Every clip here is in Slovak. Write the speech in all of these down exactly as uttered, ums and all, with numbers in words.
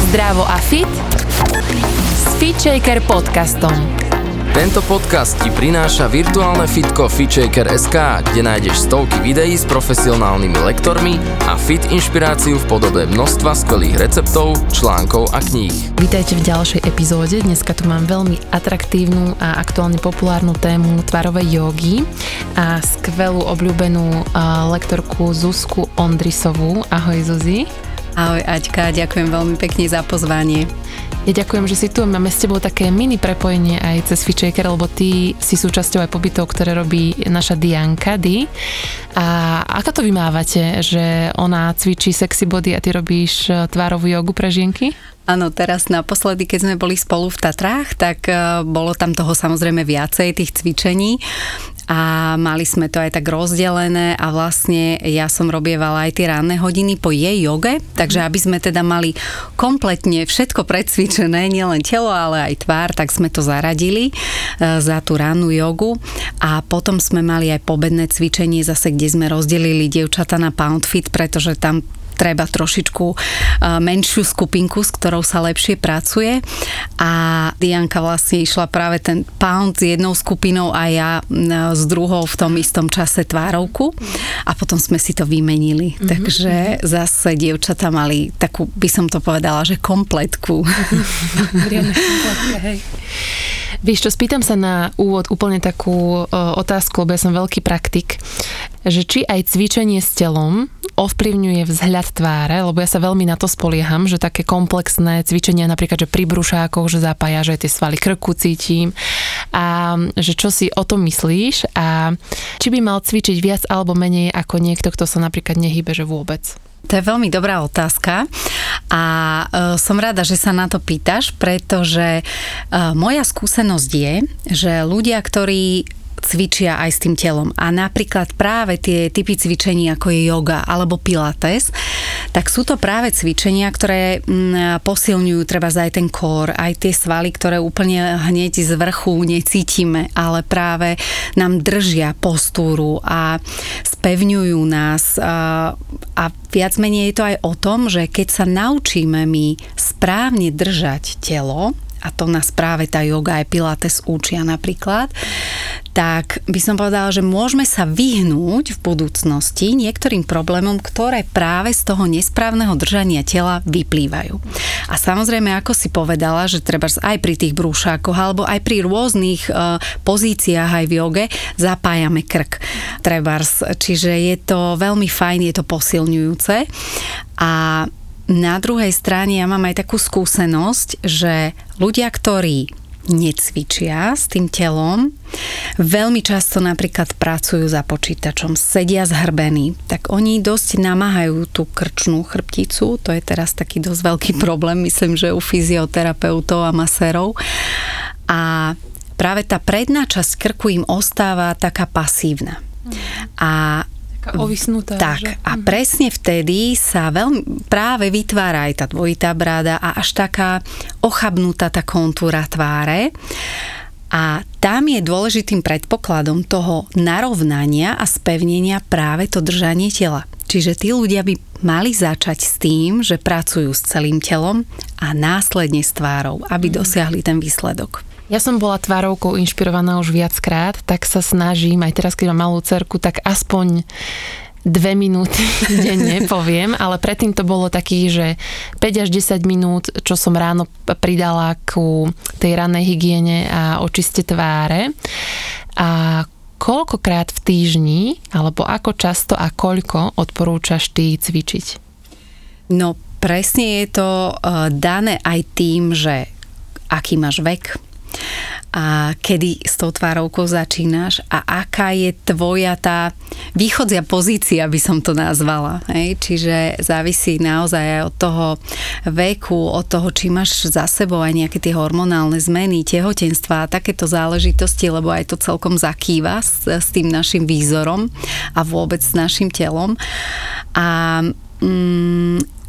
Zdravo a fit s FitShaker podcastom. Tento podcast ti prináša virtuálne fitko FitShaker bodka es ká, kde nájdeš stovky videí s profesionálnymi lektormi a fit inšpiráciu v podobe množstva skvelých receptov, článkov a kníh. Vítajte v ďalšej epizóde. Dneska tu mám veľmi atraktívnu a aktuálne populárnu tému tvarovej jógy a skvelú obľúbenú uh, lektorku Zuzku Ondrisovú. Ahoj Zuzi. Ahoj Aťka, ďakujem veľmi pekne za pozvanie. Ja ďakujem, že si tu. Máme s tebou také mini prepojenie aj cez FitShaker, lebo ty si súčasťou aj pobytov, ktoré robí naša Dianka, Di. A ako to vymávate, že ona cvičí sexy body a ty robíš tvárovú jogu pre žienky? Áno, teraz naposledy, keď sme boli spolu v Tatrách, tak bolo tam toho samozrejme viacej, tých cvičení. A mali sme to aj tak rozdelené a vlastne ja som robievala aj tie ranné hodiny po jej joge, takže aby sme teda mali kompletne všetko predcvičené, nielen telo, ale aj tvár, tak sme to zaradili za tú rannú jogu a potom sme mali aj pobedné cvičenie zase, kde sme rozdelili dievčatá na pound fit, pretože tam treba trošičku menšiu skupinku, s ktorou sa lepšie pracuje a Dianka vlastne išla práve ten pound s jednou skupinou a ja s druhou v tom istom čase tvárovku a potom sme si to vymenili. Mm-hmm. Takže zase dievčatá mali takú, by som to povedala, že kompletku. Riadne kompletke, hej. Vieš čo, spýtam sa na úvod úplne takú o, otázku, lebo ja som veľký praktik, že či aj cvičenie s telom ovplyvňuje vzhľad tváre, lebo ja sa veľmi na to spolieham, že také komplexné cvičenia, napríklad, že pri brušákoch, že zapája, že tie svaly krku cítim a že čo si o tom myslíš a či by mal cvičiť viac alebo menej ako niekto, kto sa napríklad nehýbe, že vôbec? To je veľmi dobrá otázka a e, som rada, že sa na to pýtaš, pretože e, moja skúsenosť je, že ľudia, ktorí cvičia aj s tým telom a napríklad práve tie typy cvičení ako je yoga alebo pilates, tak sú to práve cvičenia, ktoré mm, posilňujú treba aj ten core, aj tie svaly, ktoré úplne hneď z vrchu necítime, ale práve nám držia postúru a spevňujú nás a, a viac menej je to aj o tom, že keď sa naučíme my správne držať telo, a to nás práve tá yoga aj pilates učia napríklad, tak by som povedala, že môžeme sa vyhnúť v budúcnosti niektorým problémom, ktoré práve z toho nesprávneho držania tela vyplývajú. A samozrejme, ako si povedala, že treba aj pri tých brúšákoch alebo aj pri rôznych uh, pozíciách aj v joge zapájame krk. Trebárs, čiže je to veľmi fajn, je to posilňujúce. A na druhej strane ja mám aj takú skúsenosť, že ľudia, ktorí necvičia s tým telom, veľmi často napríklad pracujú za počítačom, sedia zhrbení, tak oni dosť namáhajú tú krčnú chrbticu, to je teraz taký dosť veľký problém, myslím, že u fyzioterapeutov a masérov. A práve tá predná časť krku im ostáva taká pasívna. A ovisnutá. Tak, že? a presne vtedy sa veľmi práve vytvára aj tá dvojitá bráda a až taká ochabnutá tá kontúra tváre. A tam je dôležitým predpokladom toho narovnania a spevnenia práve to držanie tela. Čiže tí ľudia by mali začať s tým, že pracujú s celým telom a následne s tvárou, aby mm. dosiahli ten výsledok. Ja som bola tvárovkou inšpirovaná už viackrát, tak sa snažím, aj teraz, keď mám malú dcerku, tak aspoň dve minúty denne poviem, ale predtým to bolo taký, že päť až desať minút, čo som ráno pridala ku tej rannej hygiene a očiste tváre. A koľkokrát v týždni, alebo ako často a koľko odporúčaš ty cvičiť? No presne je to uh, dané aj tým, že aký máš vek, a kedy s tou tvárovkou začínaš a aká je tvoja tá východzia pozícia, by som to nazvala. Hej? Čiže závisí naozaj aj od toho veku, od toho, či máš za sebou aj nejaké tie hormonálne zmeny, tehotenstva a takéto záležitosti, lebo aj to celkom zakýva s, s tým našim výzorom a vôbec s našim telom. A mm,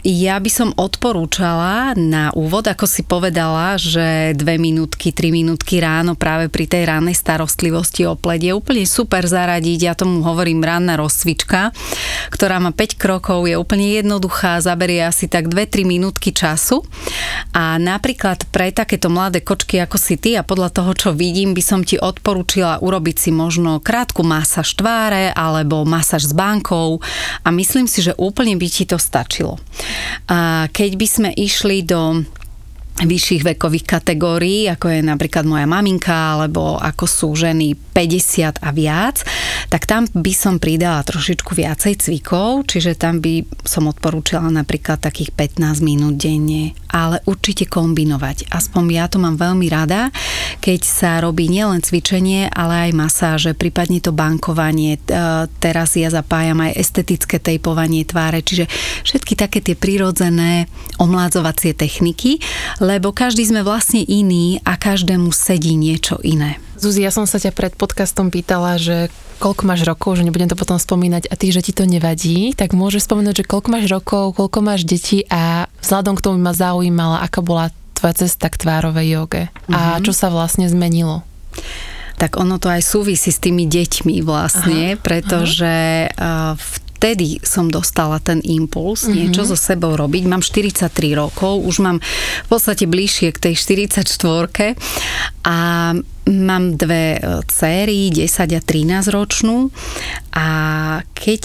ja by som odporúčala na úvod, ako si povedala, že dve minútky, tri minútky ráno práve pri tej rannej starostlivosti o pleť je úplne super zaradiť. Ja tomu hovorím ranná rozcvička, ktorá má päť krokov, je úplne jednoduchá, zaberie asi tak dve tri minútky času. A napríklad pre takéto mladé kočky ako si ty a podľa toho, čo vidím, by som ti odporúčila urobiť si možno krátku masáž tváre alebo masáž s bankou a myslím si, že úplne by ti to stačilo. A keď by sme išli do vyšších vekových kategórií, ako je napríklad moja maminka, alebo ako sú ženy päťdesiat a viac, tak tam by som pridala trošičku viacej cvikov, čiže tam by som odporúčala napríklad takých pätnásť minút denne, ale určite kombinovať. Aspoň ja to mám veľmi rada, keď sa robí nielen cvičenie, ale aj masáže, prípadne to bankovanie. Teraz ja zapájam aj estetické tejpovanie tváre, čiže všetky také tie prirodzené omládzovacie techniky, lebo každý sme vlastne iný a každému sedí niečo iné. Zuzi, ja som sa ťa pred podcastom pýtala, že koľko máš rokov, že nebudem to potom spomínať a ty, že ti to nevadí, tak môžeš spomenúť, že koľko máš rokov, koľko máš detí a vzhľadom k tomu ma zaujímala, aká bola tvoja cesta k tvárovej joge a čo sa vlastne zmenilo. Tak ono to aj súvisí s tými deťmi vlastne, aha, pretože aha. v vtedy som dostala ten impuls mm-hmm. niečo so sebou robiť. Mám štyridsaťtri rokov, už mám v podstate bližšie k tej štyridsaťštvorke a mám dve dcéry, desať a trinásť ročnú a keď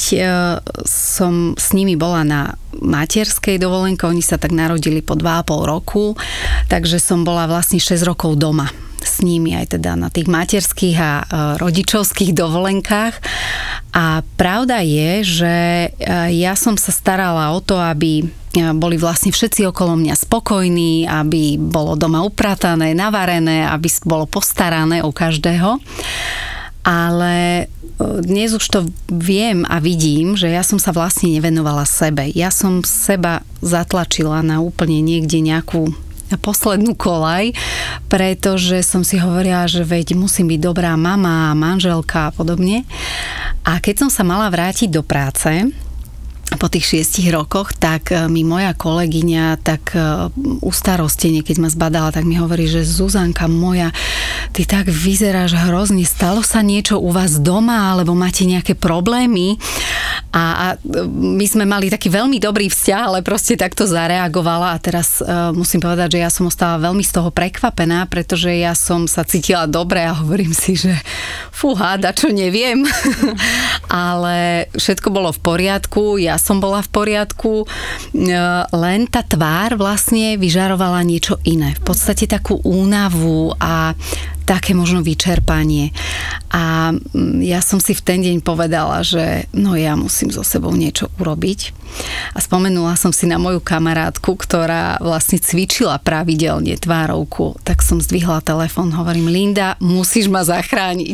som s nimi bola na materskej dovolenke, oni sa tak narodili po dva a pol roku, takže som bola vlastne šesť rokov doma s nimi aj teda na tých materských a rodičovských dovolenkách. A pravda je, že ja som sa starala o to, aby boli vlastne všetci okolo mňa spokojní, aby bolo doma upratané, navarené, aby bolo postarané o každého. Ale dnes už to viem a vidím, že ja som sa vlastne nevenovala sebe. Ja som seba zatlačila na úplne niekde nejakú poslednú koľaj, pretože som si hovorila, že veď musím byť dobrá mama, manželka a podobne. A keď som sa mala vrátiť do práce po tých šiestich rokoch, tak mi moja kolegyňa tak ustarostene, keď ma zbadala, tak mi hovorí, že Zuzanka moja, ty tak vyzeráš hrozne, stalo sa niečo u vás doma, alebo máte nejaké problémy? A, a my sme mali taký veľmi dobrý vzťah, ale proste takto zareagovala a teraz uh, musím povedať, že ja som ostala veľmi z toho prekvapená, pretože ja som sa cítila dobre a hovorím si, že fúha, dačo neviem. Ale všetko bolo v poriadku, ja som bola v poriadku, len tá tvár vlastne vyžarovala niečo iné. V podstate takú únavu a také možno vyčerpanie. A ja som si v ten deň povedala, že no ja musím so sebou niečo urobiť. A spomenula som si na moju kamarátku, ktorá vlastne cvičila pravidelne tvárovku. Tak som zdvihla telefón, hovorím, Linda, musíš ma zachrániť.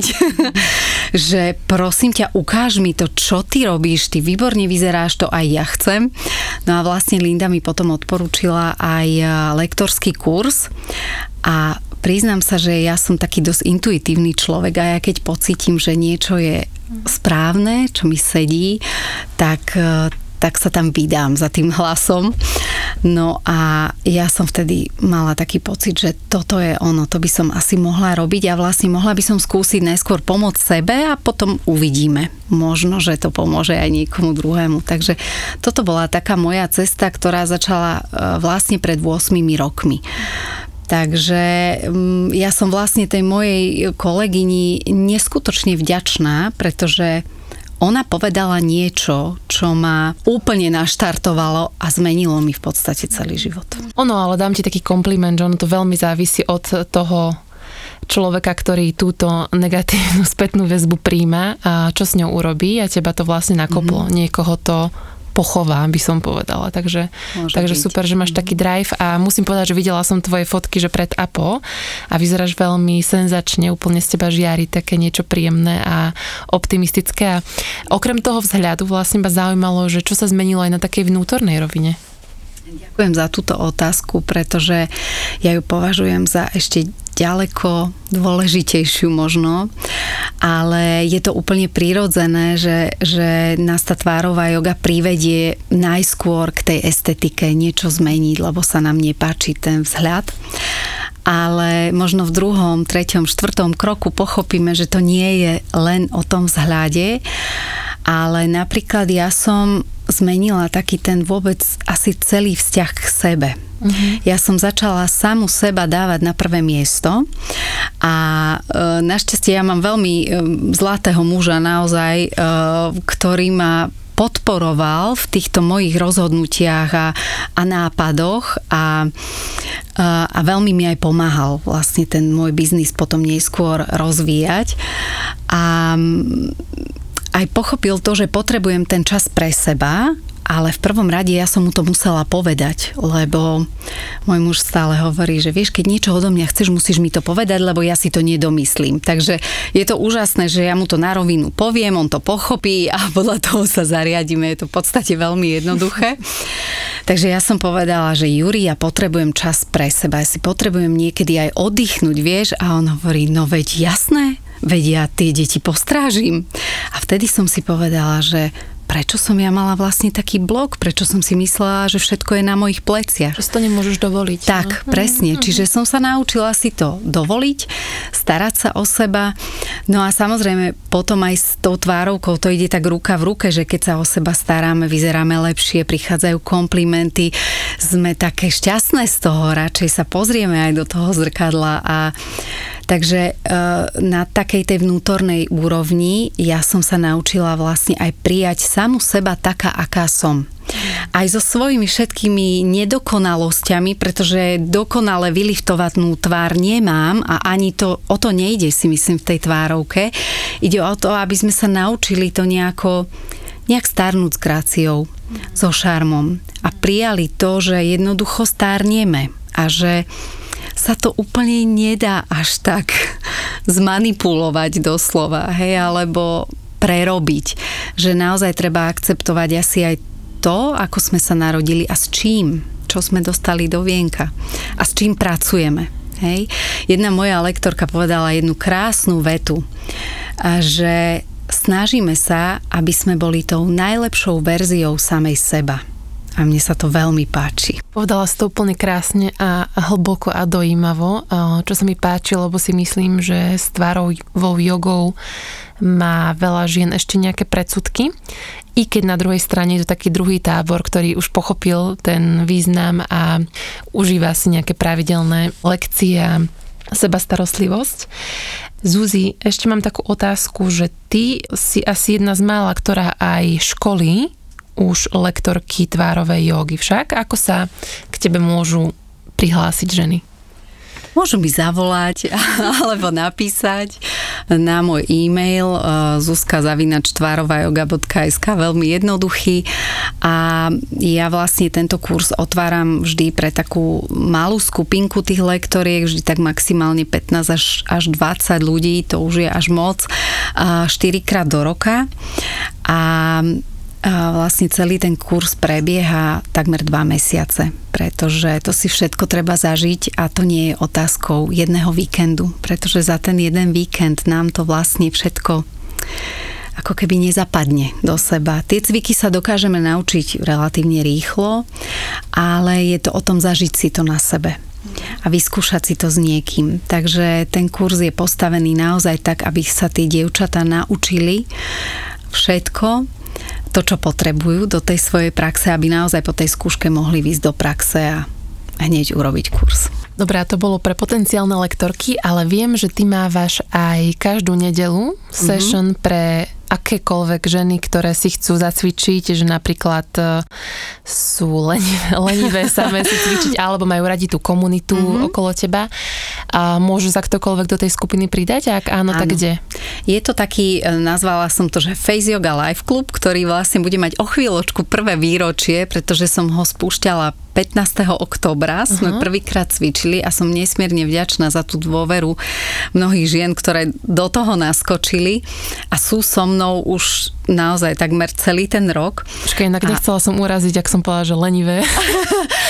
Že prosím ťa, ukáž mi to, čo ty robíš, ty výborne vyzeráš, to aj ja chcem. No a vlastne Linda mi potom odporúčila aj lektorský kurz a priznám sa, že ja som taký dosť intuitívny človek a ja keď pocítim, že niečo je správne, čo mi sedí, tak, tak sa tam vydám za tým hlasom. No a ja som vtedy mala taký pocit, že toto je ono, to by som asi mohla robiť a vlastne mohla by som skúsiť najskôr pomôcť sebe a potom uvidíme. Možno, že to pomôže aj niekomu druhému. Takže toto bola taká moja cesta, ktorá začala vlastne pred ôsmimi rokmi. Takže ja som vlastne tej mojej kolegyni neskutočne vďačná, pretože ona povedala niečo, čo ma úplne naštartovalo a zmenilo mi v podstate celý život. Ono, ale dám ti taký kompliment, že ono to veľmi závisí od toho človeka, ktorý túto negatívnu spätnú väzbu príjma a čo s ňou urobí a teba to vlastne nakoplo. Mm-hmm. Niekoho to pochová, by som povedala. Takže, takže super, že máš taký drive a musím povedať, že videla som tvoje fotky, že pred a po a vyzeráš veľmi senzačne, úplne z teba žiari také niečo príjemné a optimistické. A okrem toho vzhľadu vlastne ma zaujímalo, že čo sa zmenilo aj na takej vnútornej rovine. Ďakujem za túto otázku, pretože ja ju považujem za ešte ďaleko dôležitejšiu možno, ale je to úplne prirodzené, že, že nás tá tvárová joga privedie najskôr k tej estetike, niečo zmeniť, lebo sa nám nepáči ten vzhľad. Ale možno v druhom, treťom, štvrtom kroku pochopíme, že to nie je len o tom vzhľade, ale napríklad ja som zmenila taký ten vôbec asi celý vzťah k sebe. Uh-huh. Ja som začala samu seba dávať na prvé miesto a e, našťastie ja mám veľmi e, zlatého muža naozaj, e, ktorý ma podporoval v týchto mojich rozhodnutiach a, a nápadoch a, a, a veľmi mi aj pomáhal vlastne ten môj biznis potom neskôr rozvíjať a aj pochopil to, že potrebujem ten čas pre seba, ale v prvom rade ja som mu to musela povedať, lebo môj muž stále hovorí, že vieš, keď niečo odo mňa chceš, musíš mi to povedať, lebo ja si to nedomyslím. Takže je to úžasné, že ja mu to na rovinu poviem, on to pochopí a podľa toho sa zariadíme. Je to v podstate veľmi jednoduché. Takže ja som povedala, že Juri, ja potrebujem čas pre seba, ja si potrebujem niekedy aj oddychnúť, vieš, a on hovorí, no veď jasné, veď ja tie deti postrážim. A vtedy som si povedala, že prečo som ja mala vlastne taký blok, prečo som si myslela, že všetko je na mojich pleciach. Že si to nemôžeš dovoliť. Tak, no? presne. Mm-hmm. Čiže som sa naučila si to dovoliť, starať sa o seba. No a samozrejme potom aj s tou tvárovkou to ide tak ruka v ruke, že keď sa o seba staráme, vyzeráme lepšie, prichádzajú komplimenty, sme také šťastné z toho, radšej sa pozrieme aj do toho zrkadla a takže na takej tej vnútornej úrovni ja som sa naučila vlastne aj prijať samu seba taká, aká som. Aj so svojimi všetkými nedokonalosťami, pretože dokonale vyliftovatnú tvár nemám a ani to, o to nejde, si myslím, v tej tvárovke. Ide o to, aby sme sa naučili to nejako, nejak starnúť s gráciou, so šarmom a prijali to, že jednoducho stárneme a že sa to úplne nedá až tak zmanipulovať doslova, hej, alebo prerobiť. Že naozaj treba akceptovať asi aj to, ako sme sa narodili a s čím, čo sme dostali do vienka a s čím pracujeme. Hej. Jedna moja lektorka povedala jednu krásnu vetu, že snažíme sa, aby sme boli tou najlepšou verziou samej seba. A mne sa to veľmi páči. Povedala si to úplne krásne a hlboko a dojímavo, čo sa mi páči, lebo si myslím, že s tvárovou jogou má veľa žien ešte nejaké predsudky. I keď na druhej strane je to taký druhý tábor, ktorý už pochopil ten význam a užíva si nejaké pravidelné lekcie a sebastarostlivosť. Zuzi, ešte mám takú otázku, že ty si asi jedna z mála, ktorá aj školí už lektorky tvárovej jógy. Však ako sa k tebe môžu prihlásiť ženy? Môžu mi zavolať alebo napísať na môj e-mail zuzka zavináč tvárovajoga bodka es ká, veľmi jednoduchý. A ja vlastne tento kurz otváram vždy pre takú malú skupinku tých lektoriek, vždy tak maximálne pätnásť až, až dvadsať ľudí, to už je až moc, štyrikrát do roka. A A vlastne celý ten kurz prebieha takmer dva mesiace, pretože to si všetko treba zažiť a to nie je otázkou jedného víkendu, pretože za ten jeden víkend nám to vlastne všetko ako keby nezapadne do seba. Tie cviky sa dokážeme naučiť relatívne rýchlo, ale je to o tom zažiť si to na sebe a vyskúšať si to s niekým. Takže ten kurz je postavený naozaj tak, aby sa tie dievčatá naučili všetko, to, čo potrebujú do tej svojej praxe, aby naozaj po tej skúške mohli výjsť do praxe a hneď urobiť kurz. Dobre, a to bolo pre potenciálne lektorky, ale viem, že ty mávaš aj každú nedeľu session mm-hmm. pre akékoľvek ženy, ktoré si chcú zacvičiť, že napríklad sú lenivé, lenivé samé si cvičiť, alebo majú radi tú komunitu mm-hmm. okolo teba. A môžu sa ktokoľvek do tej skupiny pridať? Ak áno, áno, tak kde? Je to taký, nazvala som to, že Face Yoga Life Club, ktorý vlastne bude mať o chvíľočku prvé výročie, pretože som ho spúšťala pätnásteho októbra, sme uh-huh. prvýkrát cvičili a som nesmierne vďačná za tú dôveru mnohých žien, ktoré do toho naskočili a sú so mnou už naozaj takmer celý ten rok. Počkaj, inak a... nechcela som uraziť, ak som povedala, že lenivé.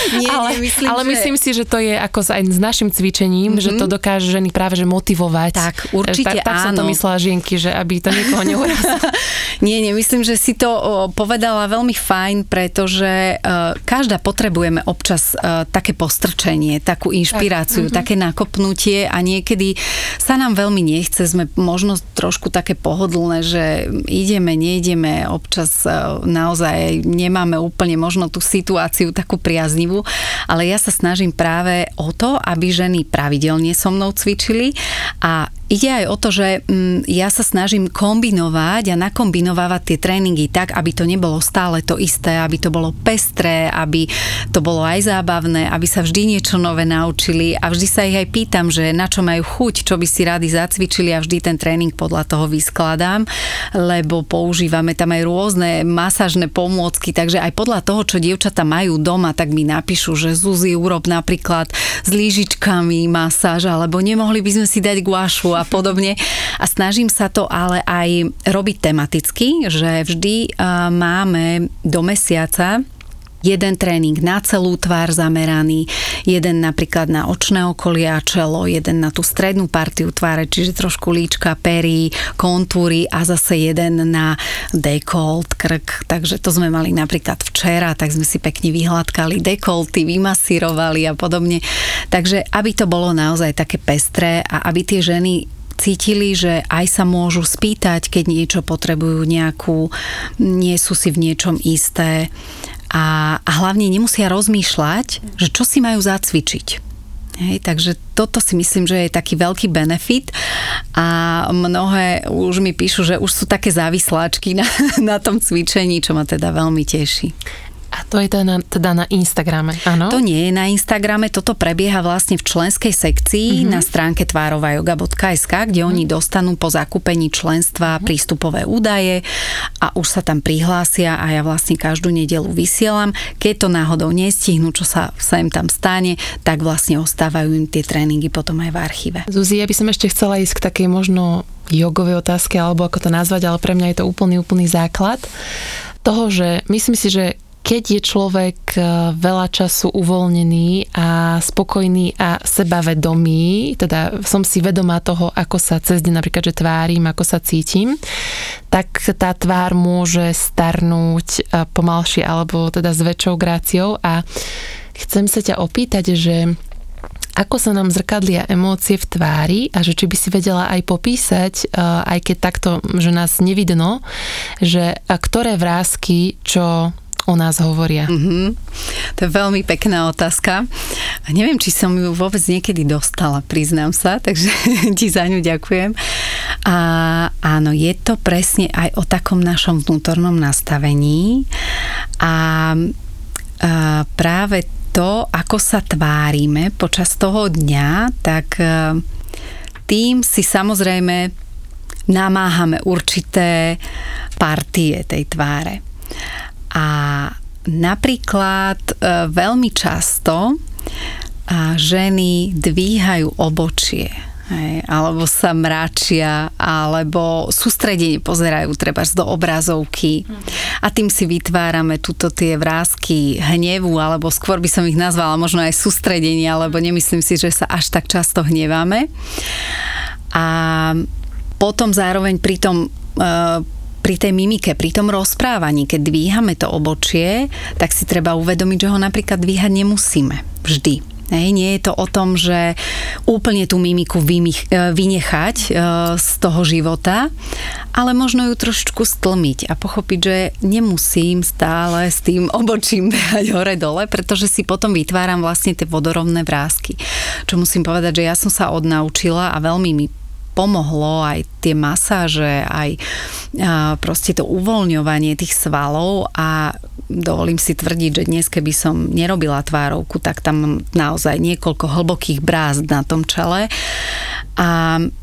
Nie, ale, nie, myslím, ale že... myslím si, že to je ako aj s našim cvičením, mm-hmm. že to dokáže ženy práve že motivovať. Tak, určite tak, tak áno. som to myslela žienky, že aby to niekoho neurazilo. Nie, nie, myslím, že si to povedala veľmi fajn, pretože uh, každá potrebujeme občas uh, také postrčenie, takú inšpiráciu, tak, také nakopnutie a niekedy sa nám veľmi nechce, sme možno trošku také pohodlné, že ideme, neideme, občas uh, naozaj nemáme úplne možno tú situáciu takú priaznivú, ale ja sa snažím práve o to, aby ženy pravidelne so mnou cvičili a ide aj o to, že mm, ja sa snažím kombinovať a nakombinovávať tie tréningy tak, aby to nebolo stále to isté, aby to bolo pestré, aby to bolo aj zábavné, aby sa vždy niečo nové naučili a vždy sa ich aj pýtam, že na čo majú chuť, čo by si radi zacvičili a vždy ten tréning podľa toho vyskladám, lebo používame tam aj rôzne masážne pomôcky, takže aj podľa toho, čo dievčatá majú doma, tak mi napíšu, že Zuzi, urob napríklad s lyžičkami masáž, alebo nemohli by sme si dať guašu a podobne. A snažím sa to ale aj robiť tematicky, že vždy uh, máme do mesiaca jeden tréning na celú tvár zameraný, jeden napríklad na očné okolie a čelo, jeden na tú strednú partiu tváre, čiže trošku líčka, pery, kontúry a zase jeden na dekolt, krk. Takže to sme mali napríklad včera, tak sme si pekne vyhladkali dekolty, vymasírovali a podobne. Takže aby to bolo naozaj také pestré a aby tie ženy cítili, že aj sa môžu spýtať, keď niečo potrebujú nejakú, nie sú si v niečom isté a, a hlavne nemusia rozmýšľať, že čo si majú zacvičiť. Hej, takže toto si myslím, že je taký veľký benefit a mnohé už mi píšu, že už sú také závisláčky na, na tom cvičení, čo ma teda veľmi teší. A to je teda na, teda na Instagrame, áno? To nie je na Instagrame, toto prebieha vlastne v členskej sekcii mm-hmm. na stránke tvarovayoga bodka es ká, kde mm-hmm. oni dostanú po zakúpení členstva mm-hmm. prístupové údaje a už sa tam prihlásia a ja vlastne každú nedeľu vysielam. Keď to náhodou nestihnú, čo sa sem tam stane, tak vlastne ostávajú im tie tréningy potom aj v archíve. Zuzi, ja by som ešte chcela ísť k takej možno jogovej otázke, alebo ako to nazvať, ale pre mňa je to úplný, úplný základ toho, že myslím si, že keď je človek veľa času uvoľnený a spokojný a sebavedomý, teda som si vedomá toho, ako sa cez deň napríklad, že tvárim, ako sa cítim, tak tá tvár môže starnúť pomalšie alebo teda s väčšou gráciou a chcem sa ťa opýtať, že ako sa nám zrkadlia emócie v tvári a že či by si vedela aj popísať, aj keď takto, že nás nevidno, že ktoré vrásky, čo o nás hovoria. Mm-hmm. To je veľmi pekná otázka. Neviem, či som ju vôbec niekedy dostala, priznám sa, takže ti za ňu ďakujem. A áno, je to presne aj o takom našom vnútornom nastavení a, a práve to, ako sa tvárime počas toho dňa, tak tým si samozrejme namáhame určité partie tej tváre. A napríklad e, veľmi často a ženy dvíhajú obočie, hej, alebo sa mračia, alebo sústredene pozerajú trebárs do obrazovky a tým si vytvárame tuto tie vrásky hnevu, alebo skôr by som ich nazvala možno aj sústredenia, lebo nemyslím si, že sa až tak často hneváme. A potom zároveň pri tom e, pri tej mimike, pri tom rozprávaní, keď dvíhame to obočie, tak si treba uvedomiť, že ho napríklad dvíhať nemusíme. Vždy. Hej, nie je to o tom, že úplne tú mimiku vymich, vynechať e, z toho života, ale možno ju trošičku stlmiť a pochopiť, že nemusím stále s tým obočím behať hore-dole, pretože si potom vytváram vlastne tie vodorovné vrásky. Čo musím povedať, že ja som sa odnaučila a veľmi mi pomohlo aj tie masáže, aj proste to uvoľňovanie tých svalov a dovolím si tvrdiť, že dnes, keby som nerobila tvárovku, tak tam naozaj niekoľko hlbokých brázd na tom čele a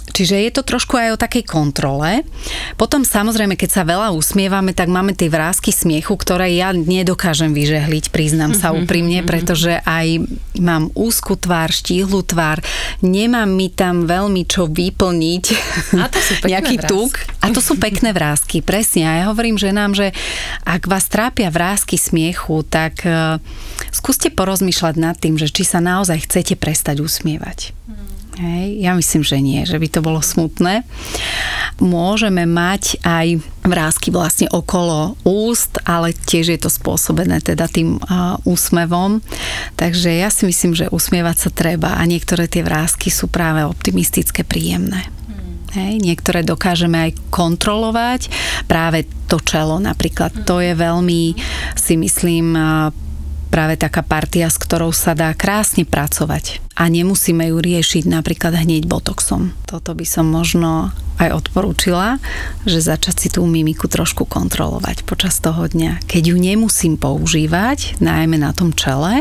Čiže je to trošku aj o takej kontrole. Potom samozrejme, keď sa veľa usmievame, tak máme tie vrásky smiechu, ktoré ja nedokážem vyžehliť, priznám sa úprimne, pretože aj mám úzku tvár, štíhlu tvár, nemám mi tam veľmi čo vyplniť. A to sú pekné nejaký vrásky. tuk. A to sú pekné vrásky, presne. A ja hovorím ženám, že ak vás trápia vrásky smiechu, tak uh, skúste porozmýšľať nad tým, že či sa naozaj chcete prestať usmievať. Hej, ja myslím, že nie, že by to bolo smutné. Môžeme mať aj vrásky vlastne okolo úst, ale tiež je to spôsobené teda tým uh, úsmevom. Takže ja si myslím, že usmievať sa treba a niektoré tie vrásky sú práve optimistické, príjemné. Hej, niektoré dokážeme aj kontrolovať. Práve to čelo napríklad, to je veľmi, si myslím, uh, práve taká partia, s ktorou sa dá krásne pracovať. A nemusíme ju riešiť napríklad hneď botoxom. Toto by som možno aj odporúčila, že začať si tú mimiku trošku kontrolovať počas toho dňa. Keď ju nemusím používať, najmä na tom čele,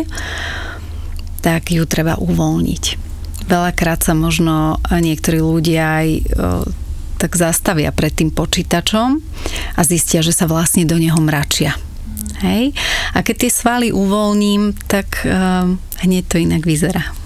tak ju treba uvoľniť. Veľakrát sa možno niektorí ľudia aj o, tak zastavia pred tým počítačom a zistia, že sa vlastne do neho mračia. Hej. A keď tie svaly uvoľním, tak uh, hneď to inak vyzerá.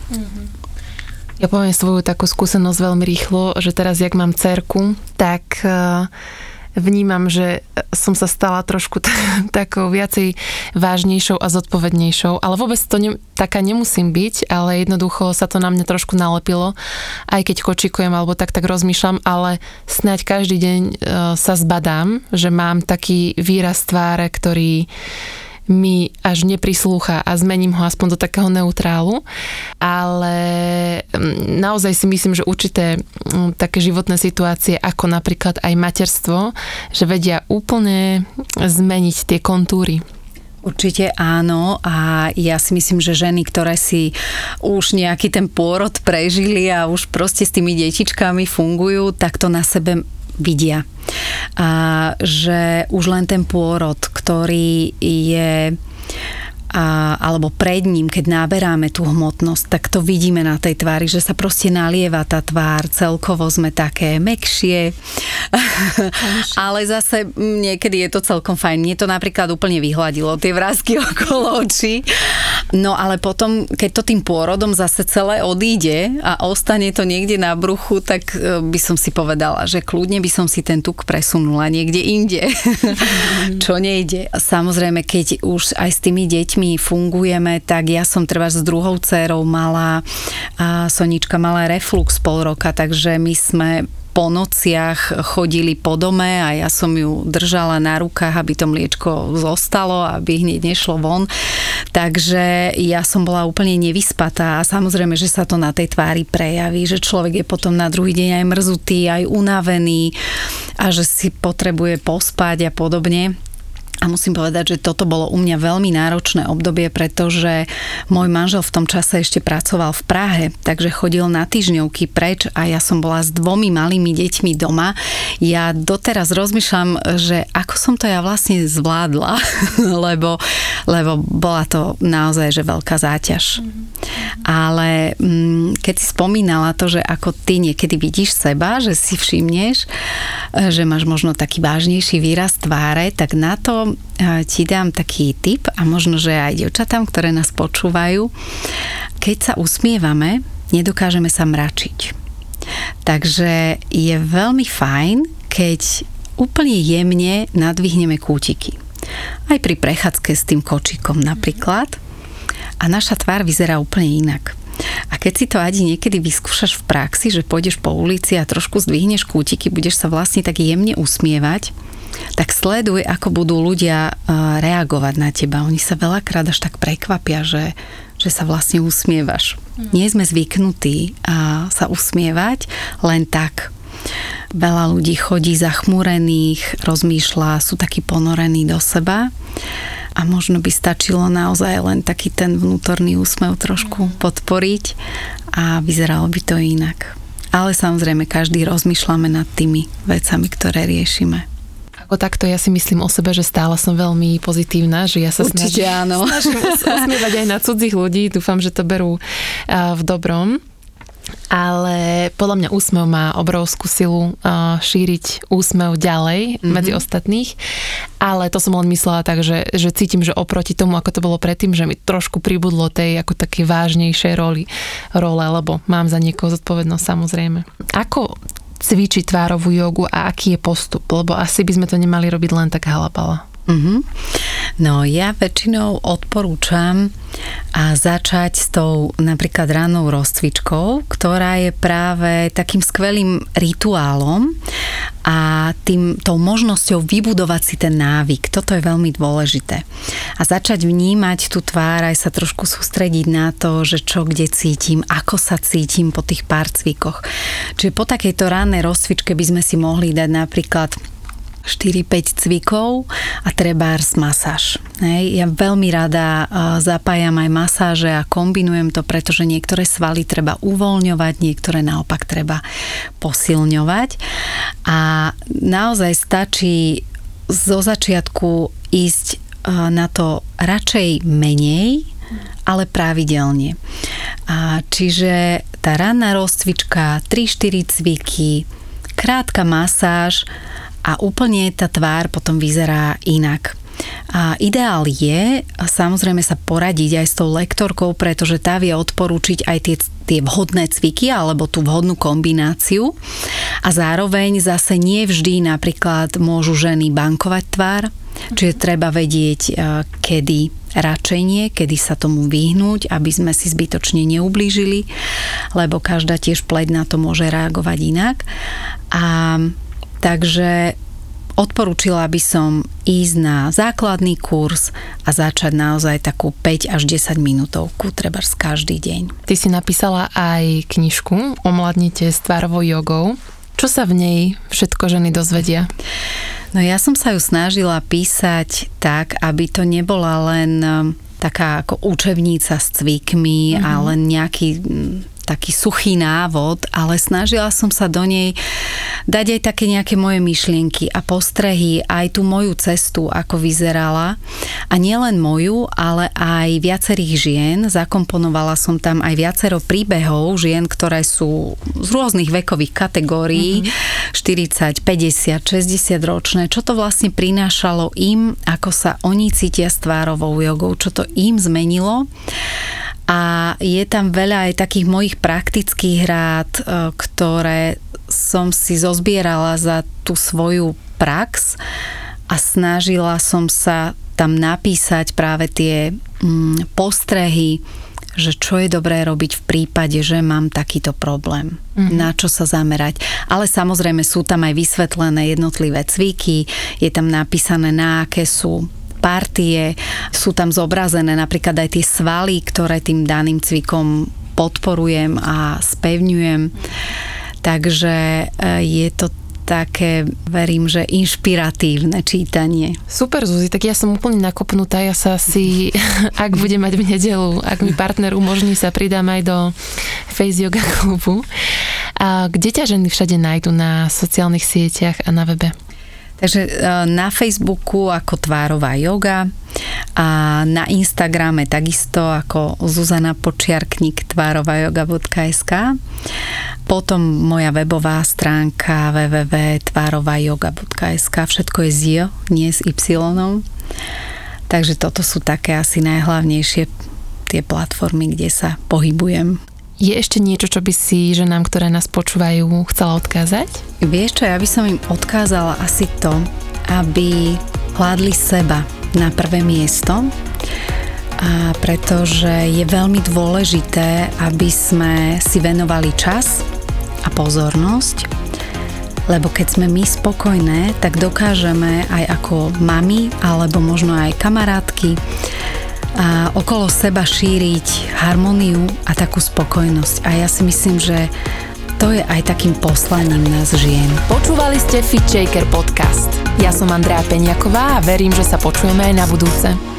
Ja poviem svoju takú skúsenosť veľmi rýchlo, že teraz, jak mám dcerku, tak uh, vnímam, že som sa stala trošku t- takou viacej vážnejšou a zodpovednejšou, ale vôbec to ne- taká nemusím byť, ale jednoducho sa to na mňa trošku nalepilo, aj keď kočikujem alebo tak, tak rozmýšľam, ale snáď každý deň uh, sa zbadám, že mám taký výraz tváre, ktorý mi až neprislúcha a zmením ho aspoň do takého neutrálu, ale naozaj si myslím, že určité také životné situácie, ako napríklad aj materstvo, že vedia úplne zmeniť tie kontúry. Určite áno a ja si myslím, že ženy, ktoré si už nejaký ten pôrod prežili a už proste s tými detičkami fungujú, tak to na sebe vidia. A že už len ten pôrod, ktorý je a, alebo pred ním, keď naberáme tú hmotnosť, tak to vidíme na tej tvári, že sa proste nalieva tá tvár, celkovo sme také mäkšie, ale zase niekedy je to celkom fajn. Mne to napríklad úplne vyhladilo, tie vrásky okolo očí. No ale potom, keď to tým pôrodom zase celé odíde a ostane to niekde na bruchu, tak by som si povedala, že kľudne by som si ten tuk presunula niekde inde. Čo nejde. Samozrejme, keď už aj s tými deťmi fungujeme, tak ja som treba s druhou dcérou mala, a Sonička mala reflux pol roka, takže my sme po nociach chodili po dome a ja som ju držala na rukách, aby to mliečko zostalo, aby hneď nešlo von. Takže ja som bola úplne nevyspatá a samozrejme, že sa to na tej tvári prejaví, že človek je potom na druhý deň aj mrzutý, aj unavený a že si potrebuje pospať a podobne. A musím povedať, že toto bolo u mňa veľmi náročné obdobie, pretože môj manžel v tom čase ešte pracoval v Prahe, takže chodil na týždňovky preč a ja som bola s dvomi malými deťmi doma. Ja doteraz rozmýšľam, že ako som to ja vlastne zvládla, lebo, lebo bola to naozaj že veľká záťaž. Ale keď si spomínala to, že ako ty niekedy vidíš seba, že si všimneš, že máš možno taký vážnejší výraz tváre, tak na to ti dám taký tip a možno, že aj dievčatám, ktoré nás počúvajú. Keď sa usmievame, nedokážeme sa mračiť. Takže je veľmi fajn, keď úplne jemne nadvihneme kútiky. Aj pri prechádzke s tým kočíkom napríklad. A naša tvár vyzerá úplne inak. A keď si to Adi niekedy vyskúšaš v praxi, že pôjdeš po ulici a trošku zdvihneš kútiky, budeš sa vlastne tak jemne usmievať, tak sleduj, ako budú ľudia reagovať na teba. Oni sa veľakrát až tak prekvapia, že, že sa vlastne usmievaš. Mm. Nie sme zvyknutí sa usmievať len tak. Veľa ľudí chodí zachmúrených, rozmýšľa, sú takí ponorení do seba a možno by stačilo naozaj len taký ten vnútorný úsmev trošku podporiť a vyzeralo by to inak. Ale samozrejme, každý rozmýšľame nad tými vecami, ktoré riešime. Ako takto ja si myslím o sebe, že stále som veľmi pozitívna, že ja sa Určite snažím, áno. snažím usmievať aj na cudzích ľudí. Dúfam, že to berú v dobrom. ale podľa mňa úsmev má obrovskú silu uh, šíriť úsmev ďalej mm-hmm. medzi ostatných, ale to som len myslela tak, že, že cítim, že oproti tomu, ako to bolo predtým, že mi trošku pribudlo tej ako také vážnejšej roli, role, lebo mám za niekoho zodpovednosť samozrejme. Ako cvičiť tvárovú jogu a aký je postup? Lebo asi by sme to nemali robiť len tak halabala. Mm-hmm. No ja väčšinou odporúčam a začať s tou napríklad rannou rozcvičkou, ktorá je práve takým skvelým rituálom a tým, tou možnosťou vybudovať si ten návyk. Toto je veľmi dôležité. A začať vnímať tú tvár, aj sa trošku sústrediť na to, že čo kde cítim, ako sa cítim po tých pár cvikoch. Čiže po takejto rannej rozcvičke by sme si mohli dať napríklad štyri päť cvikov a trebárs masáž. Hej. Ja veľmi rada zapájam aj masáže a kombinujem to, pretože niektoré svaly treba uvoľňovať, niektoré naopak treba posilňovať. A naozaj stačí zo začiatku ísť na to radšej menej, ale pravidelne. A čiže tá ranná rozcvička, tri štyri cviky, krátka masáž a úplne tá tvár potom vyzerá inak. A ideál je samozrejme sa poradiť aj s tou lektorkou, pretože tá vie odporúčiť aj tie, tie vhodné cviky alebo tú vhodnú kombináciu. A zároveň zase nie vždy napríklad môžu ženy bankovať tvár, čiže treba vedieť, kedy radšej nie, kedy sa tomu vyhnúť, aby sme si zbytočne neublížili, lebo každá tiež pleť na to môže reagovať inak. A takže odporúčila by som ísť na základný kurz a začať naozaj takú päť až desať minútovku, trebárs každý deň. Ty si napísala aj knižku Omladnite s tvárovou jogou. Čo sa v nej všetko ženy dozvedia? No ja som sa ju snažila písať tak, aby to nebola len taká ako učebnica s cvikmi mm-hmm. a len nejaký taký suchý návod, ale snažila som sa do nej dať aj také nejaké moje myšlienky a postrehy, aj tú moju cestu, ako vyzerala. A nielen moju, ale aj viacerých žien. Zakomponovala som tam aj viacero príbehov žien, ktoré sú z rôznych vekových kategórií, mm-hmm. štyridsať, päťdesiat, šesťdesiat ročné. Čo to vlastne prinášalo im, ako sa oni cítia s tvárovou jogou, čo to im zmenilo. A je tam veľa aj takých mojich praktických rád, ktoré som si zozbierala za tú svoju prax a snažila som sa tam napísať práve tie mm, postrehy, že čo je dobré robiť v prípade, že mám takýto problém, mm-hmm. na čo sa zamerať. Ale samozrejme sú tam aj vysvetlené jednotlivé cviky, je tam napísané, na aké sú partie, sú tam zobrazené napríklad aj tie svaly, ktoré tým daným cvikom podporujem a spevňujem. Takže je to také, verím, že inšpiratívne čítanie. Super, Zuzi, tak ja som úplne nakopnutá. Ja sa si, ak budem mať v nedeľu, ak mi partner umožní, sa pridám aj do Face Yoga klubu. A kde ťa ženy všade nájdu na sociálnych sieťach a na webe? Takže na Facebooku ako Tvárová joga a na Instagrame takisto ako Zuzana Počiarknik tvárovajoga bodka es ká. Potom moja webová stránka w w w bodka tvárovajoga bodka es ká. Všetko je z J, nie s Y. Takže toto sú také asi najhlavnejšie tie platformy, kde sa pohybujem. Je ešte niečo, čo by si ženám, ktoré nás počúvajú, chcela odkázať? Vieš čo, ja by som im odkázala asi to, aby kládli seba na prvé miesto, a pretože je veľmi dôležité, aby sme si venovali čas a pozornosť, lebo keď sme my spokojné, tak dokážeme aj ako mami, alebo možno aj kamarátky, a okolo seba šíriť harmóniu a takú spokojnosť. A ja si myslím, že to je aj takým poslaním nás žien. Počúvali ste Fit Shaker podcast. Ja som Andrea Peňaková a verím, že sa počujeme aj na budúce.